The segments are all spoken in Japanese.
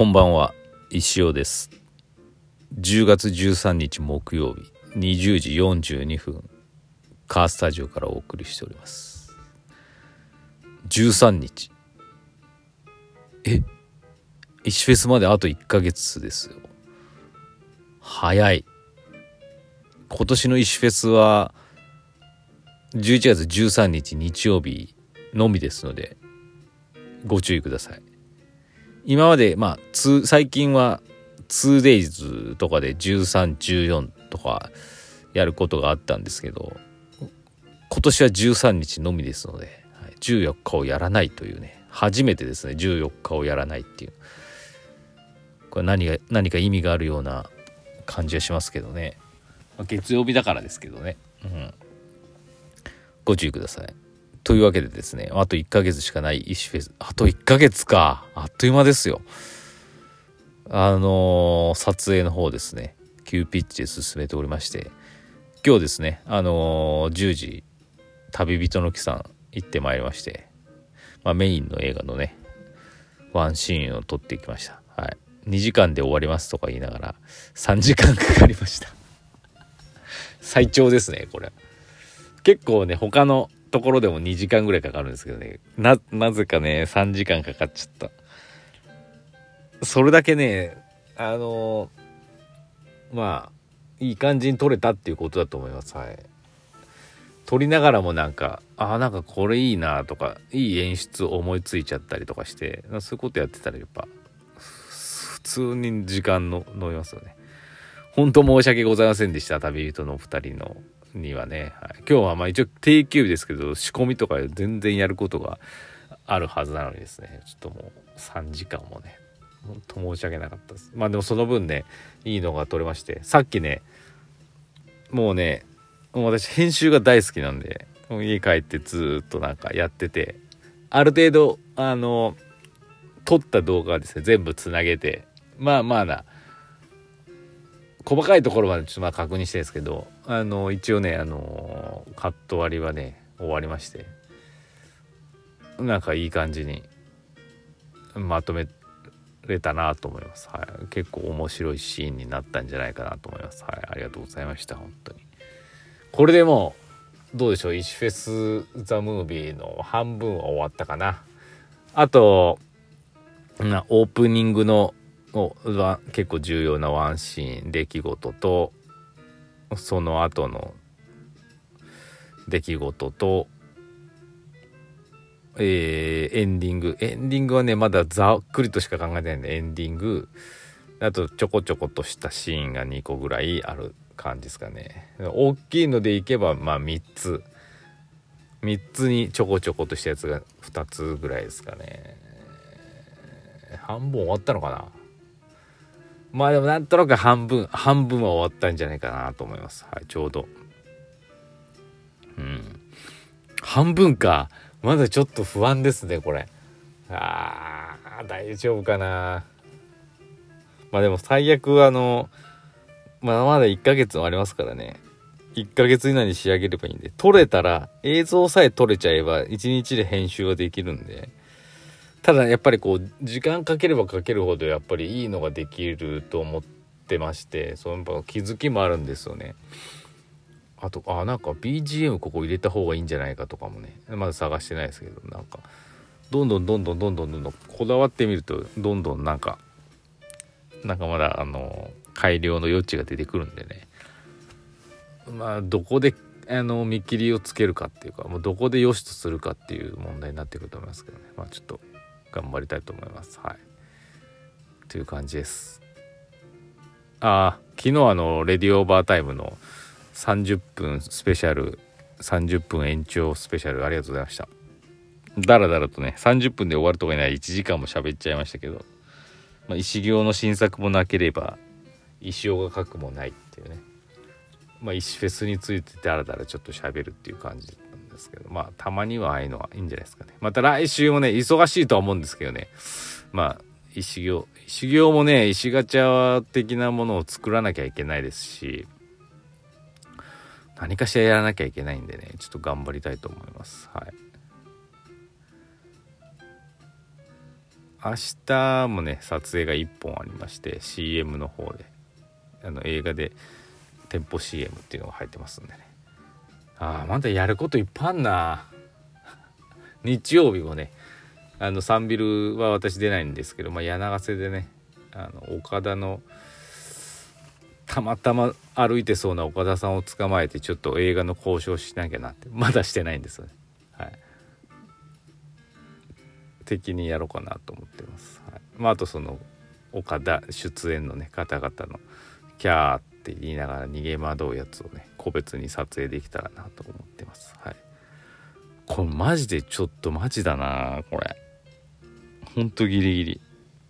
こんばんは、石尾です。10月13日木曜日20時42分カースタジオからお送りしております。13日、石フェスまであと1ヶ月ですよ。早い。今年の石フェスは11月13日日曜日のみですのでご注意ください。今まで最近は 2days とかで13、14とかやることがあったんですけど、今年は13日のみですので、14日をやらないというね、初めてですね、14日をやらないっていう、これ何か意味があるような感じはしますけどね。月曜日だからですけどね、ご注意ください。というわけでですね、あと1ヶ月しかない石フェス、あと1ヶ月か、あっという間ですよ。撮影の方ですね、急ピッチで進めておりまして、今日ですね、10時旅人の木さん行ってまいりまして、メインの映画のねワンシーンを撮ってきました。2時間で終わりますとか言いながら3時間かかりました最長ですねこれ。結構ね、他のところでも2時間ぐらいかかるんですけどね、なぜかね3時間かかっちゃった。それだけね、いい感じに撮れたっていうことだと思います。撮りながらもなんかこれいいなとか、いい演出思いついちゃったりとかして、そういうことやってたらやっぱ普通に時間の伸びますよね。本当申し訳ございませんでした、旅人の2人のにはね。今日は一応定休日ですけど、仕込みとか全然やることがあるはずなのにですね、ちょっともう3時間もね、本当申し訳なかったです。でもその分ね、いいのが撮れまして、さっきね、もう私編集が大好きなんで、家帰ってずっとやってて、ある程度撮った動画はですね全部つなげて、細かいところまでちょっと確認してるんですけど、一応ねカット割りはね終わりまして、いい感じにまとめれたなと思います。結構面白いシーンになったんじゃないかなと思います。ありがとうございました。本当にこれでもうどうでしょう、石フェスザムービーの半分は終わったかな。あとオープニングの結構重要なワンシーン出来事と、その後の出来事と、エンディングはねまだざっくりとしか考えてないんで、エンディング、あとちょこちょことしたシーンが2個ぐらいある感じですかね。大きいのでいけば3つにちょこちょことしたやつが2つぐらいですかね。半分終わったのかな。でもなんとなく半分は終わったんじゃないかなと思います。ちょうど半分か。まだちょっと不安ですねこれ。大丈夫かな。でも最悪まだ1ヶ月もありますからね。1ヶ月以内に仕上げればいいんで、撮れたら映像さえ撮れちゃえば1日で編集はできるんで、ただやっぱり時間かければかけるほどやっぱりいいのができると思ってまして、その気づきもあるんですよね。あとBGM ここ入れた方がいいんじゃないかとかもね、まだ探してないですけど、どんどんこだわってみるとどんどんまだ改良の余地が出てくるんでね、どこで見切りをつけるかっていうか、もうどこで良しとするかっていう問題になってくると思いますけどね。ちょっと頑張りたいと思います。という感じです。昨日レディオーバータイムの30分スペシャル、30分延長スペシャル、ありがとうございました。だらだらとね30分で終わるとかいない1時間も喋っちゃいましたけど、石行の新作もなければ石尾が書くもないっていうね、石フェスについてだらだらちょっと喋るっていう感じなんですけど、たまにはああいうのはいいんじゃないですかね。また来週もね忙しいとは思うんですけどね、石行もね石ガチャ的なものを作らなきゃいけないですし、何かしらやらなきゃいけないんでね、ちょっと頑張りたいと思います。 明日もね撮影が1本ありまして、 CM の方で映画で店舗 CM っていうのが入ってますんでね。まだやることいっぱいあんな。日曜日もねサンビルは私出ないんですけど、柳ヶ瀬でね岡田のたまたま歩いてそうな岡田さんを捕まえてちょっと映画の交渉しなきゃなって、まだしてないんですよね。はい、的にやろうかなと思ってます。はい、あとその岡田出演のね方々のキャーって言いながら逃げ惑うやつをね個別に撮影できたらなと思ってます。はい、これマジでちょっとマジだな、これほんとギリギ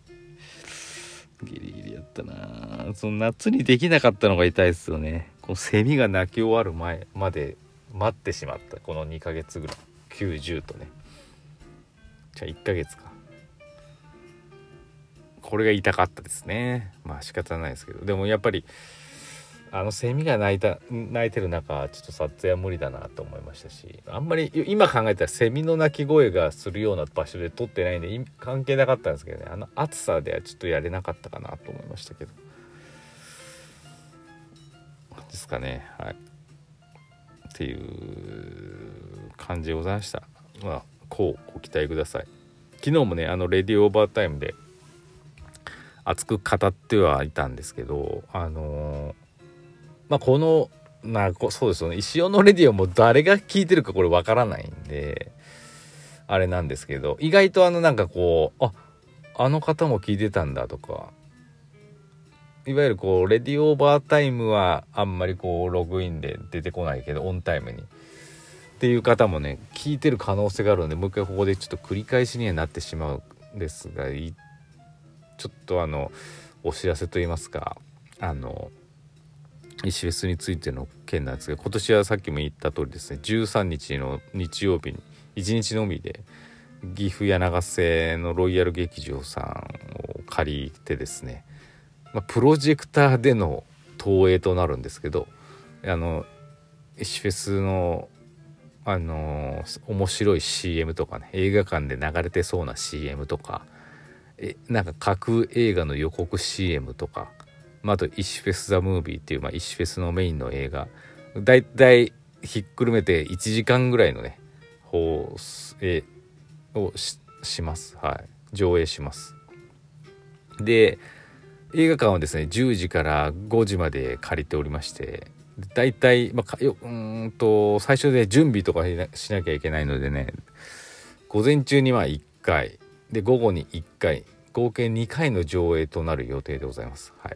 リやったな。その夏にできなかったのが痛いですよね。このセミが鳴き終わる前まで待ってしまったこの2ヶ月ぐらい、90とね、じゃあ1ヶ月か、これが痛かったですね。仕方ないですけど、でもやっぱりセミが鳴いてる中ちょっと撮影は無理だなと思いましたし、あんまり今考えたらセミの鳴き声がするような場所で撮ってないんで関係なかったんですけどね、暑さではちょっとやれなかったかなと思いましたけどですかね。はい、っていう感じでございました。こうご期待ください。昨日もねレディオオーバータイムで熱く語ってはいたんですけど、このそうですよね、石尾のレディオも誰が聞いてるかこれわからないんであれなんですけど、意外となんかこうあの方も聞いてたんだとか、いわゆるこうレディオーバータイムはあんまりこうログインで出てこないけどオンタイムにっていう方もね聞いてる可能性があるので、もう一回ここでちょっと繰り返しにはなってしまうんですが、ちょっとお知らせといいますか石フェスについての件なんですが、今年はさっきも言った通りですね、13日の日曜日に1日のみで岐阜柳ヶ瀬のロイヤル劇場さんを借りてですね、プロジェクターでの投影となるんですけど、石フェスの面白い CM とかね、映画館で流れてそうな CM とかなんか架空映画の予告 CM とか、あとイシフェス・ザ・ムービーっていう、イシフェスのメインの映画だいたいひっくるめて1時間ぐらいのね放映を します。はい、上映します。で映画館はですね10時から5時まで借りておりまして、だいたい最初で準備とかしなきゃいけないのでね、午前中には1回で午後に1回合計2回の上映となる予定でございます。はい、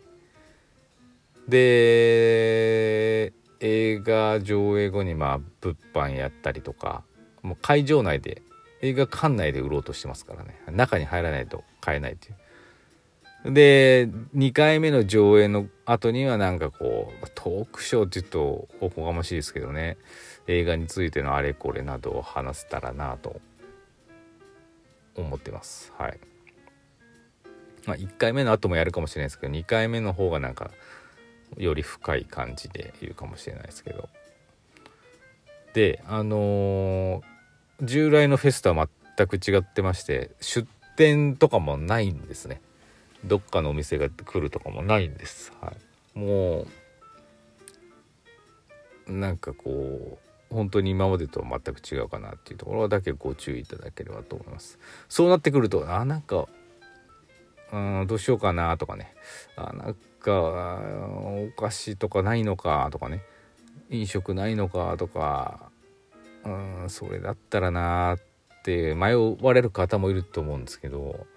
で映画上映後に物販やったりとか、もう会場内で映画館内で売ろうとしてますからね、中に入らないと買えないという。で2回目の上映の後にはなんかこうトークショーって言うとおこがましいですけどね、映画についてのあれこれなどを話せたらなと思ってます。はい、1回目の後もやるかもしれないですけど、2回目の方がなんかより深い感じで言うかもしれないですけど、で従来のフェスとは全く違ってまして、出店とかもないんですね。どっかのお店が来るとかもないんです。はい、もうなんかこう本当に今までとは全く違うかなっていうところだけご注意いただければと思います。そうなってくるとなんかどうしようかなとかね、なんかお菓子とかないのかとかね、飲食ないのかとか、それだったらなって迷われる方もいると思うんですけど、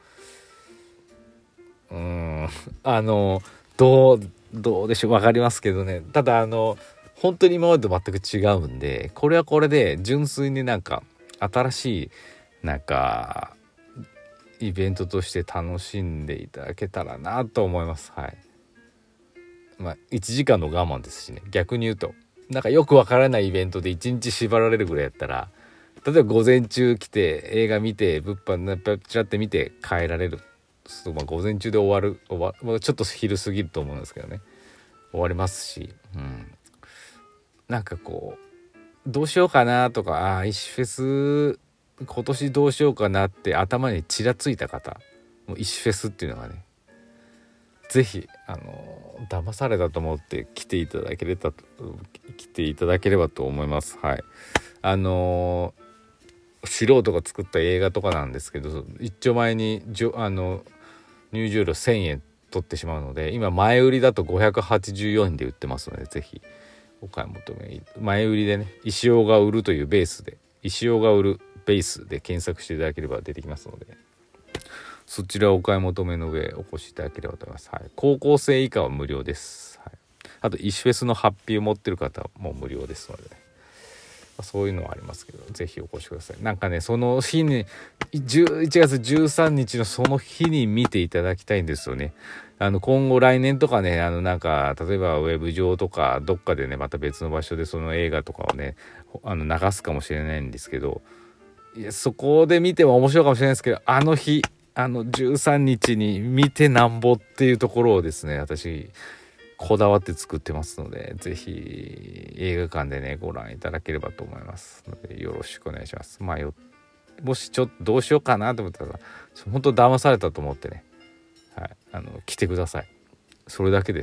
どうでしょう、分かりますけどね。ただ本当に今までと全く違うんで、これはこれで純粋になんか新しいなんかイベントとして楽しんでいただけたらなと思います。はい、1時間の我慢ですしね。逆に言うとなんかよくわからないイベントで1日縛られるぐらいやったら、例えば午前中来て映画見て物販ちらって見て帰られる、午前中で終わるちょっと昼過ぎると思うんですけどね、終わりますし、なんかこうどうしようかなとか、イシフェス今年どうしようかなって頭にちらついた方もう石フェスっていうのがね、ぜひ騙されたと思って来ていただければと思います。はい。素人が作った映画とかなんですけど、一丁前に入場料1000円取ってしまうので、今前売りだと584円で売ってますので、ぜひお買い求め、前売りでね、石尾が売るというベースで、石尾が売るベースで検索していただければ出てきますので、そちらをお買い求めの上お越しいただければと思います。はい、高校生以下は無料です。はい、あと石フェスのハッピーを持ってる方も無料ですので、ね、そういうのはありますけど、ぜひお越しください。なんかね、その日に11月13日のその日に見ていただきたいんですよね。今後来年とかね、なんか例えばウェブ上とかどっかでね、また別の場所でその映画とかをね流すかもしれないんですけど、いやそこで見ても面白いかもしれないですけど、あの日13日に見てなんぼっていうところをですね、私こだわって作ってますので、ぜひ映画館でねご覧いただければと思いますので、よろしくお願いします。もしちょっとどうしようかなと思ったら、本当騙されたと思ってね、はい、来てください。それだけです。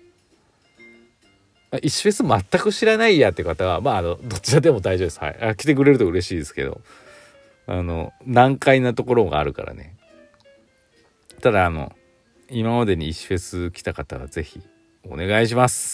はい、石フェス全く知らないやって方はどちらでも大丈夫です。はい、来てくれると嬉しいですけど、難解なところがあるからね。ただ今までに石フェス来た方はぜひお願いします。